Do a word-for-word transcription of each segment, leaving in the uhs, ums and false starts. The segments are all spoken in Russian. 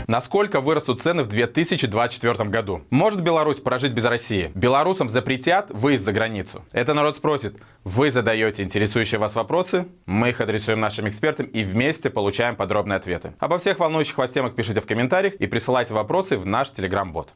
Насколько вырастут цены в две тысячи двадцать четвёртом году? Может Беларусь прожить без России? Белорусам запретят выезд за границу? Это народ спросит. Вы задаете интересующие вас вопросы, мы их адресуем нашим экспертам и вместе получаем подробные ответы. Обо всех волнующих вас темах пишите в комментариях и присылайте вопросы в наш телеграм-бот.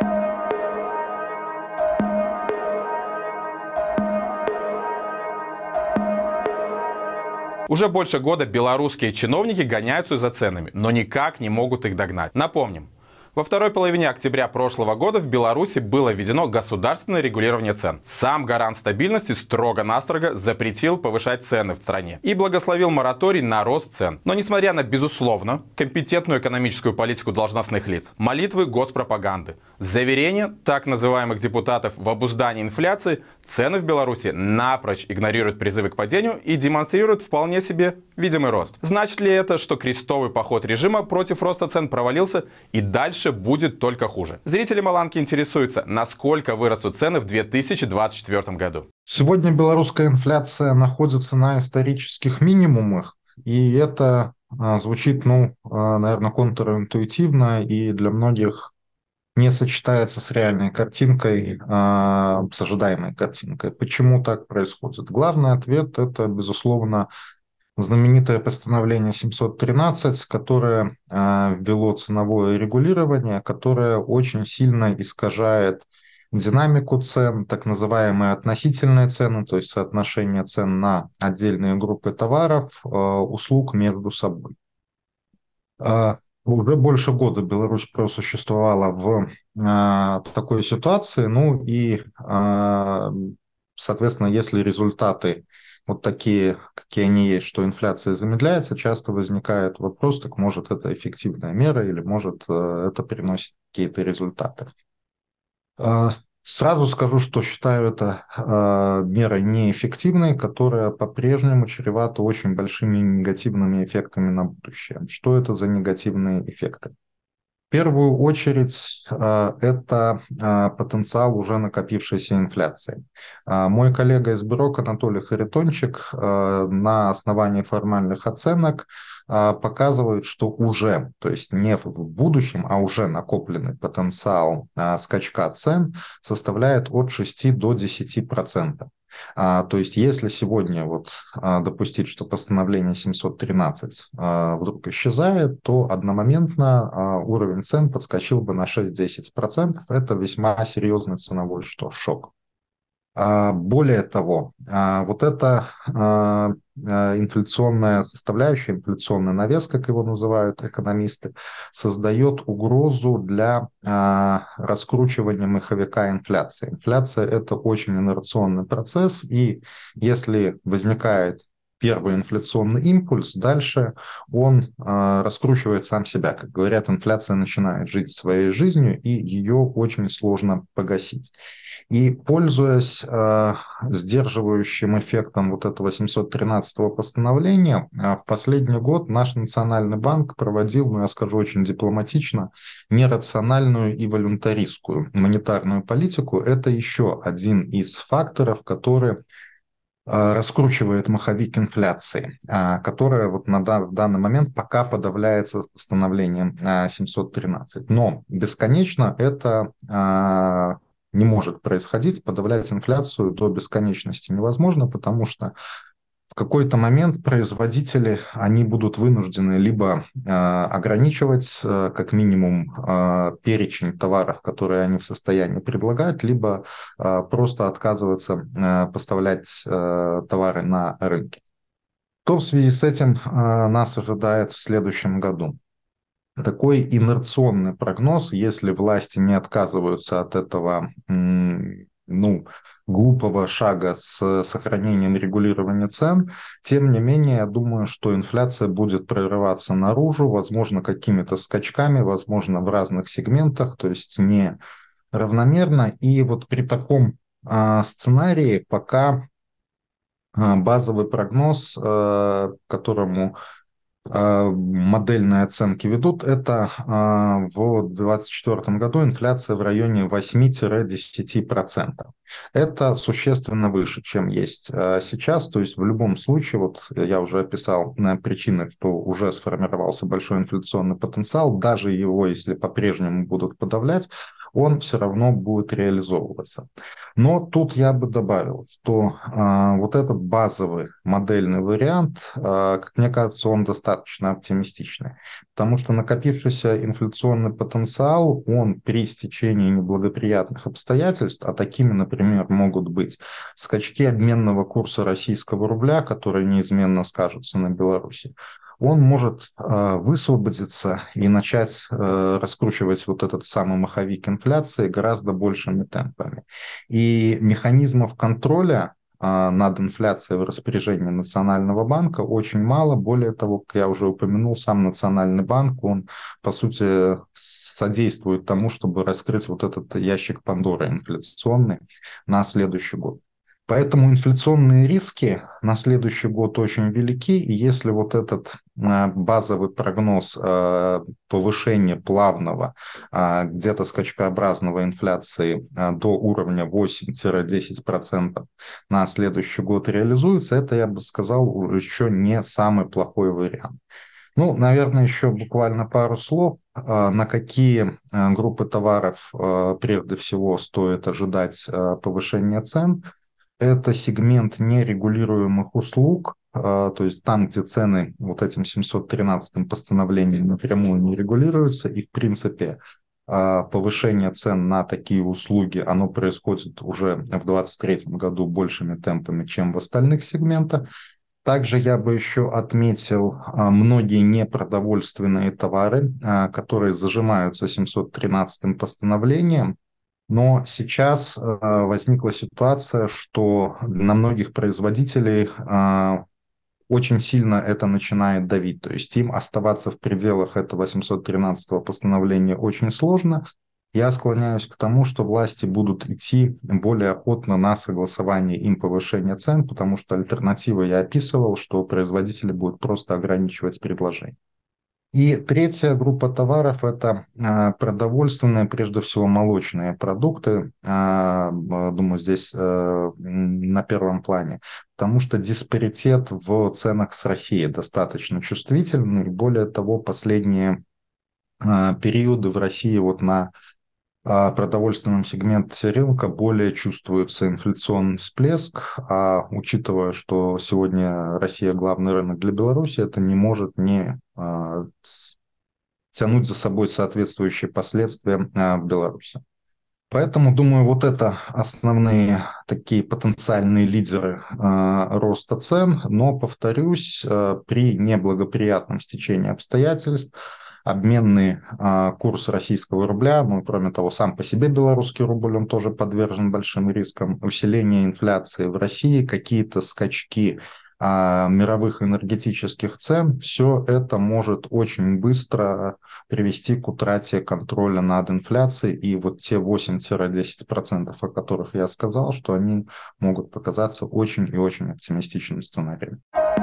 Уже больше года белорусские чиновники гоняются за ценами, но никак не могут их догнать. Напомним, во второй половине октября прошлого года в Беларуси было введено государственное регулирование цен. Сам гарант стабильности строго-настрого запретил повышать цены в стране и благословил мораторий на рост цен. Но несмотря на, безусловно, компетентную экономическую политику должностных лиц, молитвы госпропаганды, заверения так называемых депутатов в обуздании инфляции, цены в Беларуси напрочь игнорируют призывы к падению и демонстрируют вполне себе видимый рост. Значит ли это, что крестовый поход режима против роста цен провалился и дальше будет только хуже? Зрители Маланки интересуются, насколько вырастут цены в две тысячи двадцать четвёртом году. Сегодня белорусская инфляция находится на исторических минимумах, и это а, звучит, ну, а, наверное, контринтуитивно и для многих не сочетается с реальной картинкой, а, с ожидаемой картинкой. Почему так происходит? Главный ответ – это, безусловно, знаменитое постановление семьсот тринадцать, которое а, ввело ценовое регулирование, которое очень сильно искажает динамику цен, так называемые относительные цены, то есть соотношение цен на отдельные группы товаров, а, услуг между собой. А, Уже больше года Беларусь просуществовала в, а, в такой ситуации, ну и, а, соответственно, если результаты вот такие, какие они есть, что инфляция замедляется, часто возникает вопрос, так может это эффективная мера или может э, это приносит какие-то результаты. А, Сразу скажу, что считаю это а, мерой неэффективной, которая по-прежнему чревата очень большими негативными эффектами на будущее. Что это за негативные эффекты? В первую очередь а, это а, потенциал уже накопившейся инфляции. А, Мой коллега из бюро Анатолий Харитончик а, на основании формальных оценок а, показывает, что уже, то есть не в будущем, а уже накопленный потенциал а, скачка цен составляет от шести до десяти процентов. А, то есть, если сегодня вот, а, допустить, что постановление семьсот тринадцать а, вдруг исчезает, то одномоментно а, уровень цен подскочил бы на шесть-десять процентов. Это весьма серьезный ценовой что, шок. А, Более того, а, вот эта а, а, инфляционная составляющая, инфляционный навес, как его называют экономисты, создает угрозу для а, раскручивания маховика инфляции. Инфляция – это очень инерционный процесс, и если возникает первый инфляционный импульс, дальше он а, раскручивает сам себя. Как говорят, инфляция начинает жить своей жизнью, и ее очень сложно погасить. И пользуясь э, сдерживающим эффектом вот этого семьсот тринадцатого постановления, э, в последний год наш Национальный банк проводил, ну я скажу очень дипломатично, нерациональную и волюнтаристскую монетарную политику. Это еще один из факторов, который э, раскручивает маховик инфляции, э, которая вот на, да- в данный момент пока подавляется постановлением э, семьсот тринадцать. Но бесконечно это э, не может происходить. Подавлять инфляцию до бесконечности невозможно, потому что в какой-то момент производители, они будут вынуждены либо э, ограничивать э, как минимум э, перечень товаров, которые они в состоянии предлагать, либо э, просто отказываться э, поставлять э, товары на рынке. Что в связи с этим э, нас ожидает в следующем году? Такой инерционный прогноз, если власти не отказываются от этого, м, ну, глупого шага с сохранением регулирования цен, тем не менее, я думаю, что инфляция будет прорываться наружу, возможно, какими-то скачками, возможно, в разных сегментах, то есть не равномерно. И вот при таком а, сценарии пока а, базовый прогноз, а, к которому э, модельные оценки ведут, это э, в две тысячи двадцать четвёртом году инфляция в районе восемь-десять процентов. Это существенно выше, чем есть э, сейчас. То есть в любом случае, вот я уже описал э, причины, что уже сформировался большой инфляционный потенциал, даже его, если по-прежнему будут подавлять, он все равно будет реализовываться. Но тут я бы добавил, что э, вот этот базовый модельный вариант, э, как мне кажется, он достаточно оптимистичный, потому что накопившийся инфляционный потенциал, он при стечении неблагоприятных обстоятельств, а такими, например, могут быть скачки обменного курса российского рубля, которые неизменно скажутся на Беларуси, он может э, высвободиться и начать э, раскручивать вот этот самый маховик инфляции гораздо большими темпами. И механизмов контроля э, над инфляцией в распоряжении Национального банка очень мало. Более того, как я уже упомянул, сам Национальный банк, он, по сути, содействует тому, чтобы раскрыть вот этот ящик Пандоры инфляционный на следующий год. Поэтому инфляционные риски на следующий год очень велики, и если вот этот э, базовый прогноз э, повышения плавного, э, где-то скачкообразного инфляции э, до уровня восемь-десять процентов на следующий год реализуется, это, я бы сказал, еще не самый плохой вариант. Ну, наверное, еще буквально пару слов, э, на какие э, группы товаров э, прежде всего стоит ожидать э, повышения цен. Это сегмент нерегулируемых услуг, а, то есть там, где цены вот этим семьсот тринадцатым постановлением напрямую не регулируются, и в принципе а, повышение цен на такие услуги, оно происходит уже в две тысячи двадцать третьем году большими темпами, чем в остальных сегментах. Также я бы еще отметил а, многие непродовольственные товары, а, которые зажимаются семьсот тринадцатым постановлением. Но сейчас э, возникла ситуация, что на многих производителей э, очень сильно это начинает давить. То есть им оставаться в пределах этого семьсот тринадцатого постановления очень сложно. Я склоняюсь к тому, что власти будут идти более охотно на согласование им повышения цен, потому что альтернативы я описывал, что производители будут просто ограничивать предложение. И третья группа товаров – это а, продовольственные, прежде всего молочные продукты. А, Думаю, здесь а, на первом плане, потому что диспаритет в ценах с Россией достаточно чувствительный. Более того, последние а, периоды в России вот на а продовольственном сегменте рынка более чувствуется инфляционный всплеск, а учитывая, что сегодня Россия главный рынок для Беларуси, это не может не а, с- тянуть за собой соответствующие последствия а, в Беларуси. Поэтому, думаю, вот это основные такие потенциальные лидеры а, роста цен, но, повторюсь, а, при неблагоприятном стечении обстоятельств обменный а, курс российского рубля, ну, кроме того, сам по себе белорусский рубль, он тоже подвержен большим рискам, усиление инфляции в России, какие-то скачки а, мировых энергетических цен, все это может очень быстро привести к утрате контроля над инфляцией, и вот те восемь-десять процентов, о которых я сказал, что они могут показаться очень и очень оптимистичным сценарием.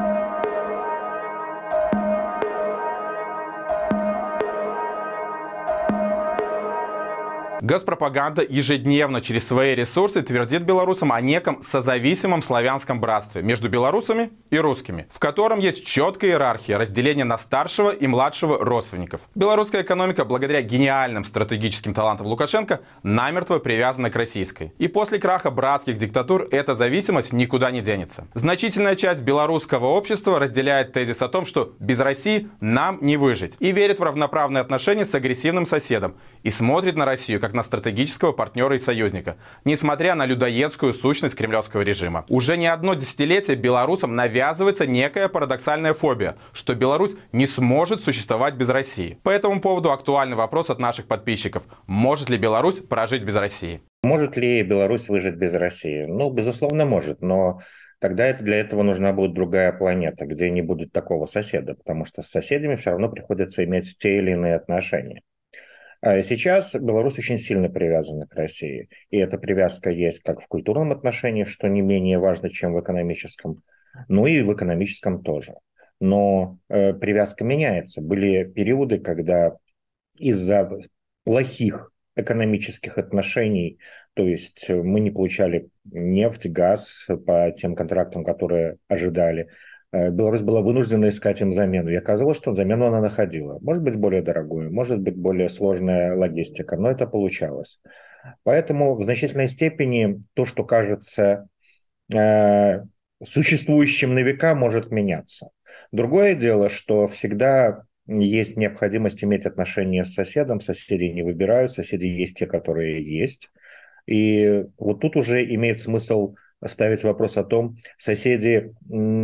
Госпропаганда ежедневно через свои ресурсы твердит белорусам о неком созависимом славянском братстве между белорусами и русскими, в котором есть четкая иерархия разделения на старшего и младшего родственников. Белорусская экономика, благодаря гениальным стратегическим талантам Лукашенко, намертво привязана к российской. И после краха братских диктатур эта зависимость никуда не денется. Значительная часть белорусского общества разделяет тезис о том, что без России нам не выжить, и верит в равноправные отношения с агрессивным соседом, и смотрит на Россию как на стратегического партнера и союзника, несмотря на людоедскую сущность кремлевского режима. Уже не одно десятилетие белорусам навязывается некая парадоксальная фобия, что Беларусь не сможет существовать без России. По этому поводу актуальный вопрос от наших подписчиков. Может ли Беларусь прожить без России? Может ли Беларусь выжить без России? Ну, безусловно, может, но тогда это, для этого нужна будет другая планета, где не будет такого соседа, потому что с соседями все равно приходится иметь те или иные отношения. А сейчас Беларусь очень сильно привязана к России. И эта привязка есть как в культурном отношении, что не менее важно, чем в экономическом, ну и в экономическом тоже. но э, привязка меняется. Были периоды, когда из-за плохих экономических отношений, то есть мы не получали нефть, газ по тем контрактам, которые ожидали, э, Беларусь была вынуждена искать им замену. И оказалось, что замену она находила. Может быть, более дорогую, может быть, более сложная логистика, но это получалось. Поэтому в значительной степени то, что кажется э, существующим на века, может меняться. Другое дело, что всегда есть необходимость иметь отношения с соседом. Соседи не выбирают, соседи есть те, которые есть. И вот тут уже имеет смысл ставить вопрос о том, соседи,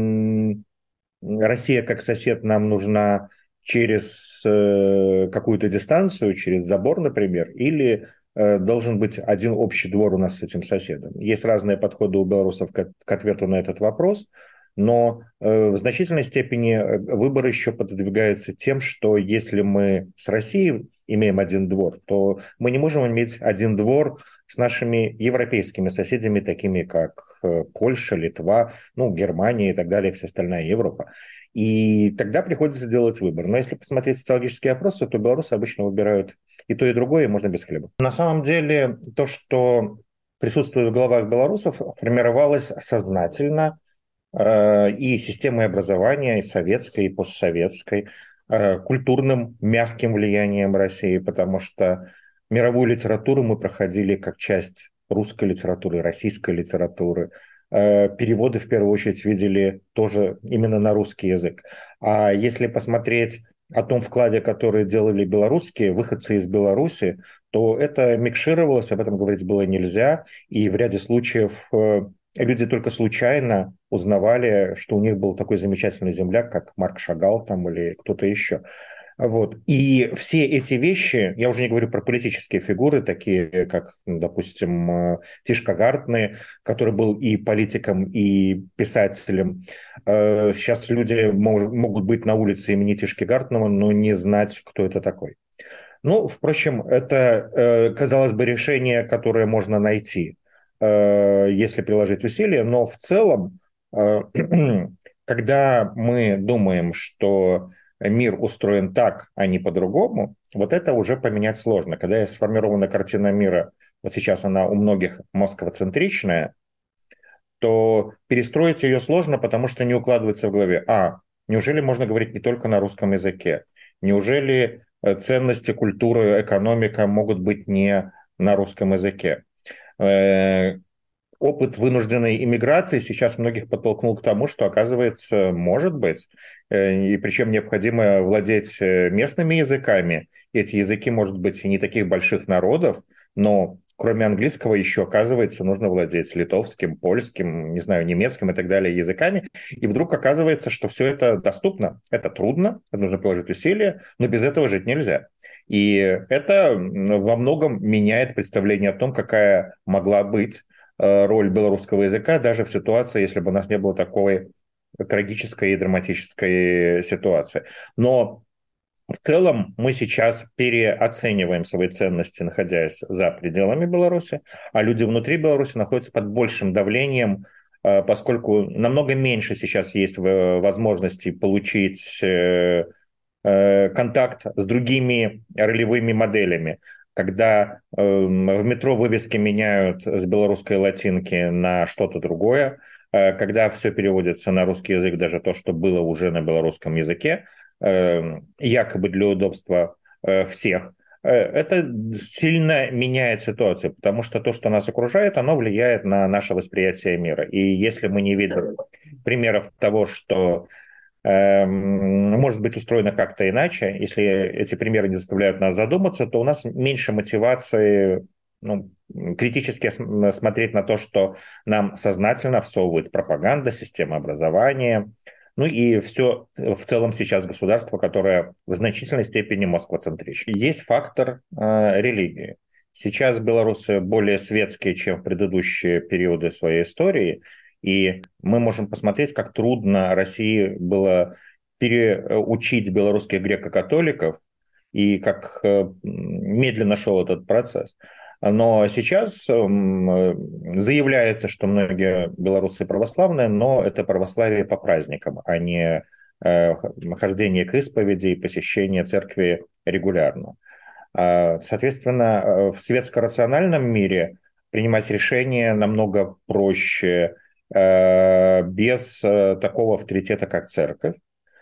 Россия как сосед нам нужна через э, какую-то дистанцию, через забор, например, или э, должен быть один общий двор у нас с этим соседом. Есть разные подходы у белорусов к, к ответу на этот вопрос, но э, в значительной степени выбор еще пододвигается тем, что если мы с Россией имеем один двор, то мы не можем иметь один двор с нашими европейскими соседями, такими как Польша, Литва, ну, Германия и так далее, вся остальная Европа. И тогда приходится делать выбор. Но если посмотреть социологические опросы, то белорусы обычно выбирают и то, и другое, и можно без хлеба. На самом деле, то, что присутствует в головах белорусов, формировалось сознательно э, и системой образования, и советской, и постсоветской, э, культурным мягким влиянием России, потому что мировую литературу мы проходили как часть русской литературы, российской литературы. Переводы, в первую очередь, видели тоже именно на русский язык. А если посмотреть о том вкладе, который делали белорусские, выходцы из Беларуси, то это микшировалось, об этом говорить было нельзя. И в ряде случаев люди только случайно узнавали, что у них был такой замечательный земляк, как Марк Шагал там, или кто-то еще. Вот. И все эти вещи, я уже не говорю про политические фигуры, такие как, допустим, Тишка Гартне, который был и политиком, и писателем. Сейчас люди могут быть на улице имени Тишки Гартнера, но не знать, кто это такой. Ну, впрочем, это, казалось бы, решение, которое можно найти, если приложить усилия, но в целом, когда мы думаем, что мир устроен так, а не по-другому, вот это уже поменять сложно. Когда есть сформирована картина мира, вот сейчас она у многих москвоцентричная, то перестроить ее сложно, потому что не укладывается в голове. А, неужели можно говорить не только на русском языке? Неужели ценности, культура, экономика могут быть не на русском языке? Опыт вынужденной иммиграции сейчас многих подтолкнул к тому, что, оказывается, может быть, и причем необходимо владеть местными языками. Эти языки, может быть, и не таких больших народов, но кроме английского еще, оказывается, нужно владеть литовским, польским, не знаю, немецким и так далее языками. И вдруг оказывается, что все это доступно. Это трудно, это нужно приложить усилия, но без этого жить нельзя. И это во многом меняет представление о том, какая могла быть роль белорусского языка даже в ситуации, если бы у нас не было такой трагической и драматической ситуации. Но в целом мы сейчас переоцениваем свои ценности, находясь за пределами Беларуси, а люди внутри Беларуси находятся под большим давлением, поскольку намного меньше сейчас есть возможности получить контакт с другими ролевыми моделями. Когда э, в метро вывески меняют с белорусской латинки на что-то другое, э, когда все переводится на русский язык, даже то, что было уже на белорусском языке, э, якобы для удобства э, всех, э, это сильно меняет ситуацию, потому что то, что нас окружает, оно влияет на наше восприятие мира. И если мы не видим примеров того, что может быть устроено как-то иначе, если эти примеры не заставляют нас задуматься, то у нас меньше мотивации, ну, критически смотреть на то, что нам сознательно всовывает пропаганда, система образования, ну и все в целом сейчас государство, которое в значительной степени москвоцентрично. Есть фактор э, религии. Сейчас белорусы более светские, чем в предыдущие периоды своей истории, и мы можем посмотреть, как трудно России было переучить белорусских греко-католиков, и как медленно шел этот процесс. Но сейчас заявляется, что многие белорусы православные, но это православие по праздникам, а не хождение к исповеди и посещение церкви регулярно. Соответственно, в светско-рациональном мире принимать решения намного проще без такого авторитета, как церковь.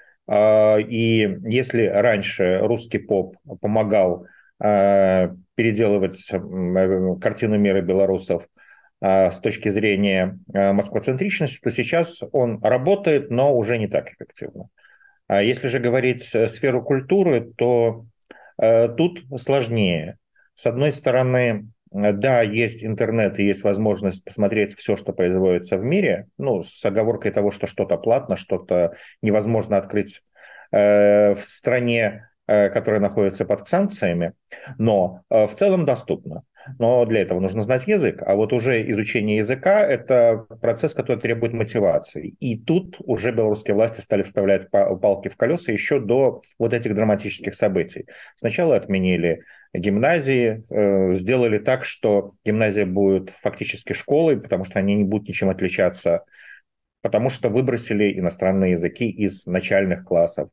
И если раньше русский поп помогал переделывать картину мира белорусов с точки зрения москвоцентричности, то сейчас он работает, но уже не так эффективно. Если же говорить сферу культуры, то тут сложнее. С одной стороны, да, есть интернет и есть возможность посмотреть все, что производится в мире, ну, с оговоркой того, что что-то платно, что-то невозможно открыть э, в стране, э, которая находится под санкциями, но э, в целом доступно. Но для этого нужно знать язык. А вот уже изучение языка – это процесс, который требует мотивации. И тут уже белорусские власти стали вставлять палки в колеса еще до вот этих драматических событий. Сначала отменили гимназии, сделали так, что гимназия будет фактически школой, потому что они не будут ничем отличаться, потому что выбросили иностранные языки из начальных классов.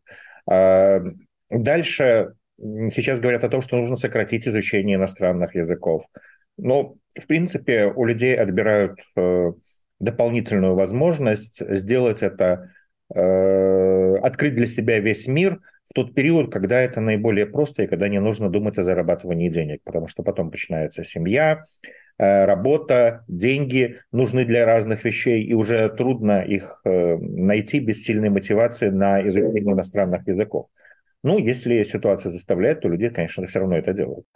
Дальше сейчас говорят о том, что нужно сократить изучение иностранных языков. Но, в принципе, у людей отбирают дополнительную возможность сделать это, открыть для себя весь мир в тот период, когда это наиболее просто и когда не нужно думать о зарабатывании денег, потому что потом начинается семья, работа, деньги нужны для разных вещей, и уже трудно их найти без сильной мотивации на изучение иностранных языков. Ну, если ситуация заставляет, то люди, конечно, все равно это делают.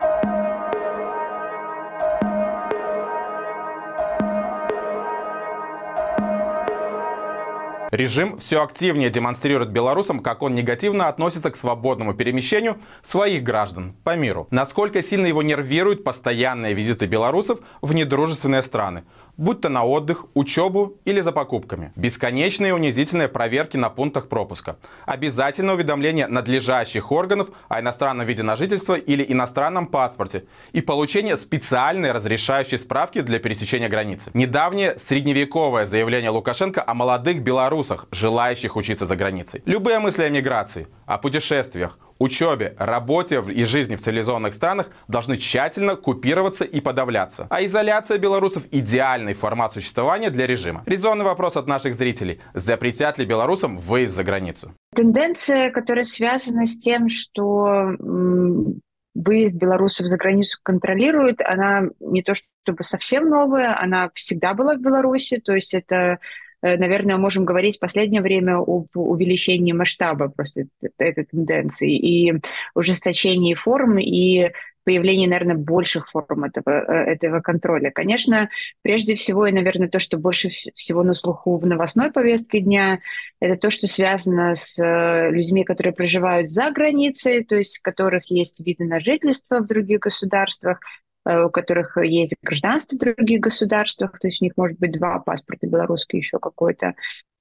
Режим все активнее демонстрирует белорусам, как он негативно относится к свободному перемещению своих граждан по миру. Насколько сильно его нервируют постоянные визиты белорусов в недружественные страны, будь то на отдых, учебу или за покупками. Бесконечные унизительные проверки на пунктах пропуска. Обязательное уведомление надлежащих органов о иностранном виде на жительство или иностранном паспорте. И получение специальной разрешающей справки для пересечения границы. Недавнее средневековое заявление Лукашенко о молодых белорусах, желающих учиться за границей. Любые мысли о миграции, о путешествиях, учебе, работе и жизни в цивилизованных странах должны тщательно купироваться и подавляться. А изоляция белорусов – идеальный формат существования для режима. Резонный вопрос от наших зрителей. Запретят ли белорусам выезд за границу? Тенденция, которая связана с тем, что выезд белорусов за границу контролирует, она не то чтобы совсем новая, она всегда была в Беларуси, то есть это... Наверное, мы можем говорить в последнее время об увеличении масштаба просто этой тенденции и ужесточении форм, и появлении, наверное, больших форм этого, этого контроля. Конечно, прежде всего, и, наверное, то, что больше всего на слуху в новостной повестке дня, это то, что связано с людьми, которые проживают за границей, то есть у которых есть виды на жительство в других государствах, у которых есть гражданство в других государствах, то есть у них может быть два паспорта, белорусский еще какой-то.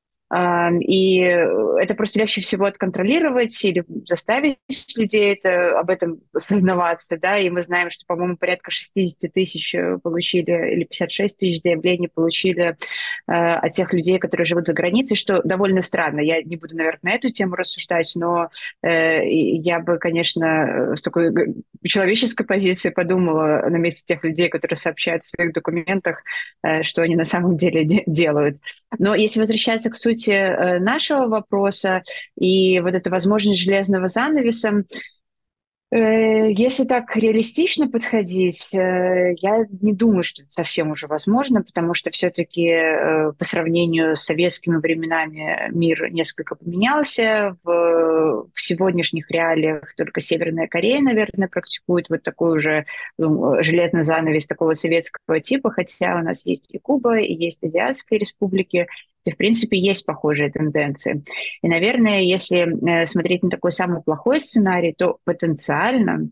И это просто легче всего отконтролировать или заставить людей это, об этом соревноваться, да, и мы знаем, что, по-моему, порядка шестьдесят тысяч получили, или пятьдесят шесть тысяч заявлений получили э, от тех людей, которые живут за границей, что довольно странно. Я не буду, наверное, на эту тему рассуждать, но э, я бы, конечно, с такой человеческой позиции подумала на месте тех людей, которые сообщают в своих документах, э, что они на самом деле де- делают. Но если возвращаться к сути нашего вопроса и вот эта возможность железного занавеса, если так реалистично подходить, я не думаю, что это совсем уже возможно, потому что все-таки по сравнению с советскими временами мир несколько поменялся. В сегодняшних реалиях только Северная Корея, наверное, практикует вот такой уже ну, железный занавес такого советского типа, хотя у нас есть и Куба, и есть азиатские республики, где, в принципе, есть похожие тенденции. И, наверное, если смотреть на такой самый плохой сценарий, то потенциально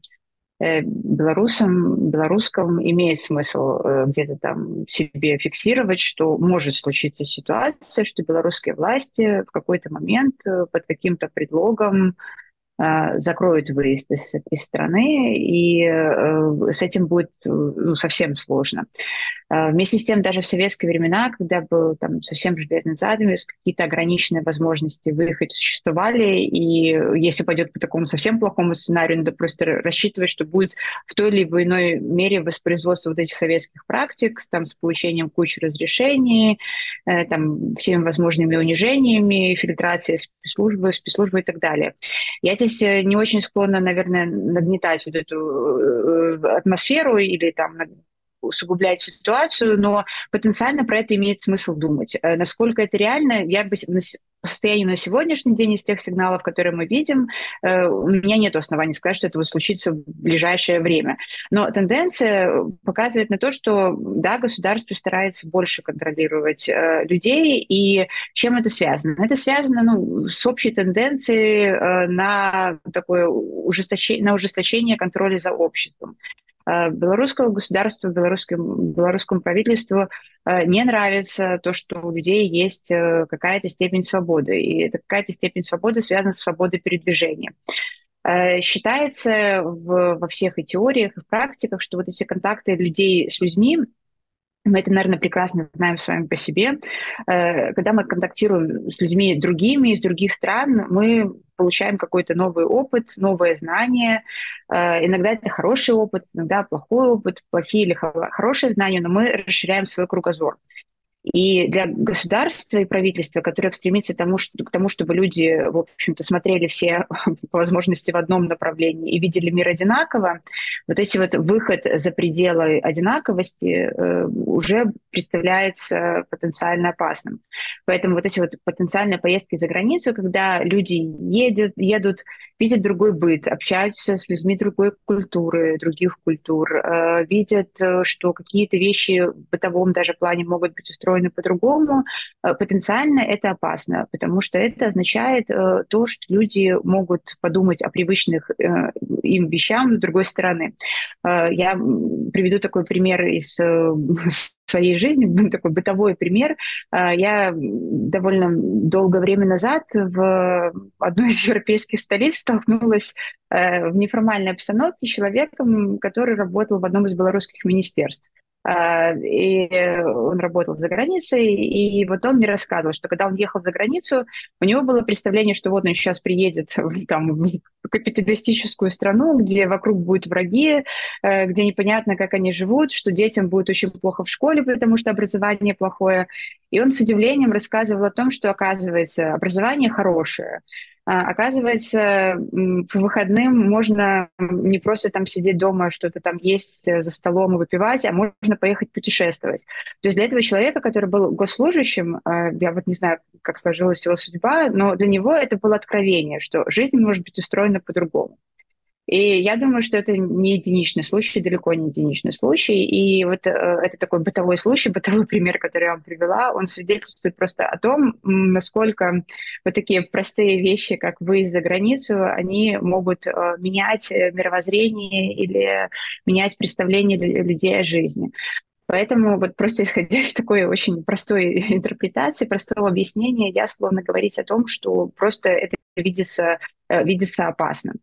белорусам, белорусским имеет смысл где-то там себе фиксировать, что может случиться ситуация, что белорусские власти в какой-то момент под каким-то предлогом закроют выезд из этой страны, и с этим будет ну, совсем сложно. Вместе с тем, даже в советские времена, когда был там совсем железный занавес, какие-то ограниченные возможности выехать существовали, и если пойдет по такому совсем плохому сценарию, надо просто рассчитывать, что будет в той или иной мере воспроизводство вот этих советских практик, там, с получением кучи разрешений, там, всеми возможными унижениями, фильтрацией спецслужбы, спецслужбы и так далее. Я здесь не очень склонна, наверное, нагнетать вот эту атмосферу или там усугублять ситуацию, но потенциально про это имеет смысл думать. Насколько это реально, я бы по состоянию на сегодняшний день из тех сигналов, которые мы видим, у меня нет оснований сказать, что это вот случится в ближайшее время. Но тенденция показывает на то, что, да, государство старается больше контролировать людей, и чем это связано? Это связано, ну, с общей тенденцией на такое ужесточение, на ужесточение контроля за обществом. Белорусского государства, белорусскому, белорусскому правительству не нравится то, что у людей есть какая-то степень свободы. И эта какая-то степень свободы связана с свободой передвижения. Считается в, во всех и теориях, и в практиках, что вот эти контакты людей с людьми, мы это, наверное, прекрасно знаем с вами по себе. Когда мы контактируем с людьми другими из других стран, мы получаем какой-то новый опыт, новое знание. Иногда это хороший опыт, иногда плохой опыт, плохие или хорошие знания, но мы расширяем свой кругозор. И для государства и правительства, которое стремится к тому, что, к тому, чтобы люди, в общем-то, смотрели все по возможности в одном направлении и видели мир одинаково, вот эти вот выход за пределы одинаковости э, уже представляется потенциально опасным. Поэтому вот эти вот потенциальные поездки за границу, когда люди едут, едут, видят другой быт, общаются с людьми другой культуры, других культур, э, видят, что какие-то вещи в бытовом даже плане могут быть устроены по-другому, потенциально это опасно, потому что это означает э, то, что люди могут подумать о привычных э, им вещам с другой стороны. Э, я приведу такой пример из э, своей жизни, такой бытовой пример. Э, я довольно долгое время назад в одной из европейских столиц столкнулась э, в неформальной обстановке с человеком, который работал в одном из белорусских министерств. И он работал за границей, и вот он мне рассказывал, что когда он ехал за границу, у него было представление, что вот он сейчас приедет там, в капиталистическую страну, где вокруг будут враги, где непонятно, как они живут, что детям будет очень плохо в школе, потому что образование плохое. И он с удивлением рассказывал о том, что, оказывается, образование хорошее. Оказывается, по выходным можно не просто там сидеть дома, что-то там есть за столом и выпивать, а можно поехать путешествовать. То есть для этого человека, который был госслужащим, я вот не знаю, как сложилась его судьба, но для него это было откровение, что жизнь может быть устроена по-другому. И я думаю, что это не единичный случай, далеко не единичный случай. И вот э, это такой бытовой случай, бытовой пример, который я вам привела, он свидетельствует просто о том, насколько вот такие простые вещи, как выезд за границу, они могут э, менять мировоззрение или менять представление людей о жизни. Поэтому вот просто исходя из такой очень простой интерпретации, простого объяснения, я склонна говорить о том, что просто это видится, видится опасным.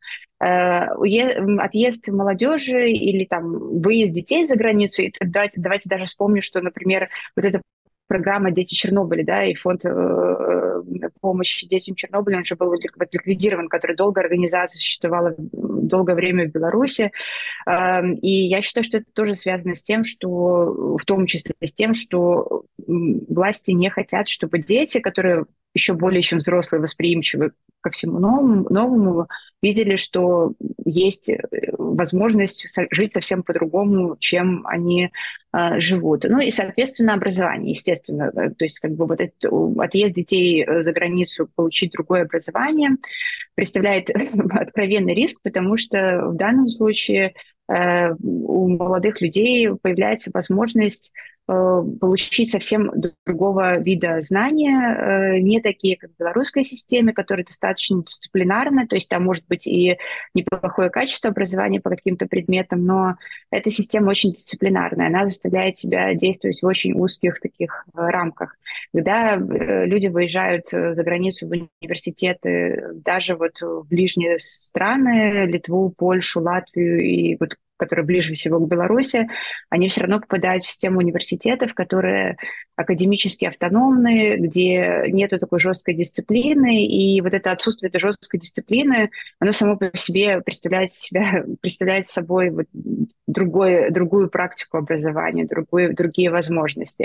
Отъезд молодежи или там выезд детей за границу, и давайте, давайте даже вспомним, что, например, вот эта программа «Дети Чернобыля», да, и фонд э, помощи детям Чернобыля, он же был ликвидирован, который долго организация существовала долгое время в Беларуси. Э, и я считаю, что это тоже связано с тем, что, в том числе с тем, что власти не хотят, чтобы дети, которые еще более чем взрослые, восприимчивы ко всему новому, новому, видели, что есть возможность жить совсем по-другому, чем они э, живут. Ну и, соответственно, образование, естественно. То есть как бы вот этот отъезд детей за границу, получить другое образование представляет откровенный риск, потому что в данном случае э, у молодых людей появляется возможность получить совсем другого вида знания, не такие, как в белорусской системе, которая достаточно дисциплинарна, то есть там может быть и неплохое качество образования по каким-то предметам, но эта система очень дисциплинарная, она заставляет тебя действовать в очень узких таких рамках. Когда люди выезжают за границу в университеты, даже вот в ближние страны, Литву, Польшу, Латвию и вот которые ближе всего к Беларуси, они все равно попадают в систему университетов, которые академически автономны, где нету такой жесткой дисциплины, и вот это отсутствие этой жесткой дисциплины, оно само по себе представляет, себя, представляет собой вот другой, другую практику образования, другую, другие возможности.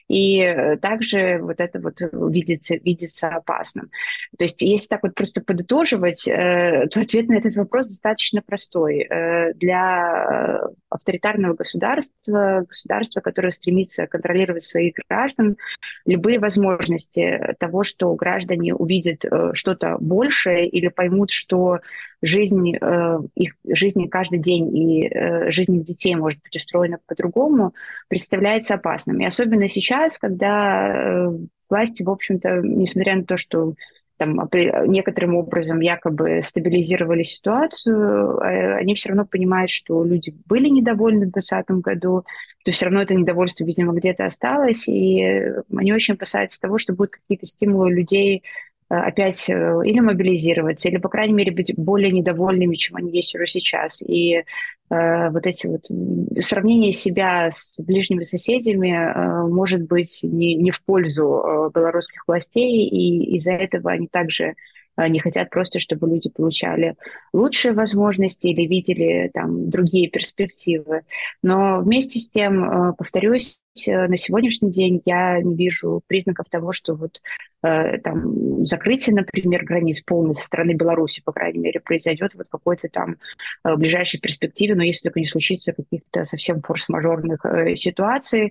И также вот это вот видится, видится опасным. То есть если так вот просто подытоживать, то ответ на этот вопрос достаточно простой. Для авторитарного государства, государства, которое стремится контролировать своих граждан, любые возможности того, что граждане увидят что-то большее или поймут, что жизнь, их жизнь каждый день и жизнь их детей может быть устроена по-другому, представляется опасным. И особенно сейчас, когда власти, в общем-то, несмотря на то, что там, некоторым образом якобы стабилизировали ситуацию, они все равно понимают, что люди были недовольны в двадцатом году, то все равно это недовольство, видимо, где-то осталось, и они очень опасаются того, что будут какие-то стимулы людей опять или мобилизироваться, или, по крайней мере, быть более недовольными, чем они есть уже сейчас. И э, вот эти вот сравнение себя с ближними соседями э, может быть не, не в пользу э, белорусских властей, и из-за этого они также не хотят просто, чтобы люди получали лучшие возможности или видели там другие перспективы. Но вместе с тем, повторюсь, на сегодняшний день я не вижу признаков того, что вот там закрытие, например, границ полной со стороны Беларуси, по крайней мере, произойдет вот в какой-то там ближайшей перспективе, но если только не случится каких-то совсем форс-мажорных ситуаций.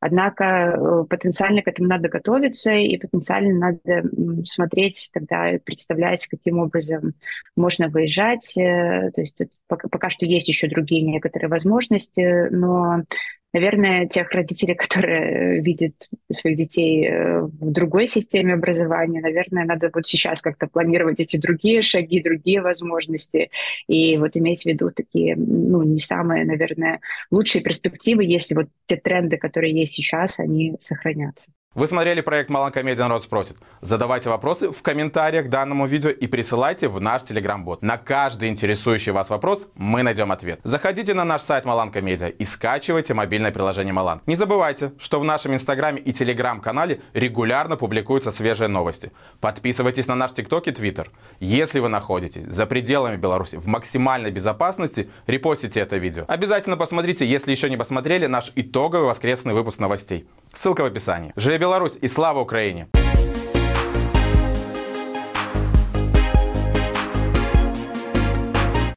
Однако потенциально к этому надо готовиться, и потенциально надо смотреть, тогда представлять, каким образом можно выезжать. То есть тут пока, пока что есть еще другие некоторые возможности, но, наверное, тех родителей, которые видят своих детей в другой системе образования, наверное, надо вот сейчас как-то планировать эти другие шаги, другие возможности, и вот иметь в виду такие, ну, не самые, наверное, лучшие перспективы, если вот те тренды, которые есть сейчас, они сохранятся. Вы смотрели проект «Маланка Медиа. Народ спросит». Задавайте вопросы в комментариях к данному видео и присылайте в наш телеграм-бот. На каждый интересующий вас вопрос мы найдем ответ. Заходите на наш сайт Маланка Медиа и скачивайте мобильное приложение Маланк. Не забывайте, что в нашем инстаграме и телеграм-канале регулярно публикуются свежие новости. Подписывайтесь на наш тикток и твиттер. Если вы находитесь за пределами Беларуси в максимальной безопасности, репостите это видео. Обязательно посмотрите, если еще не посмотрели, наш итоговый воскресный выпуск новостей. Ссылка в описании. Живи Беларусь и слава Украине!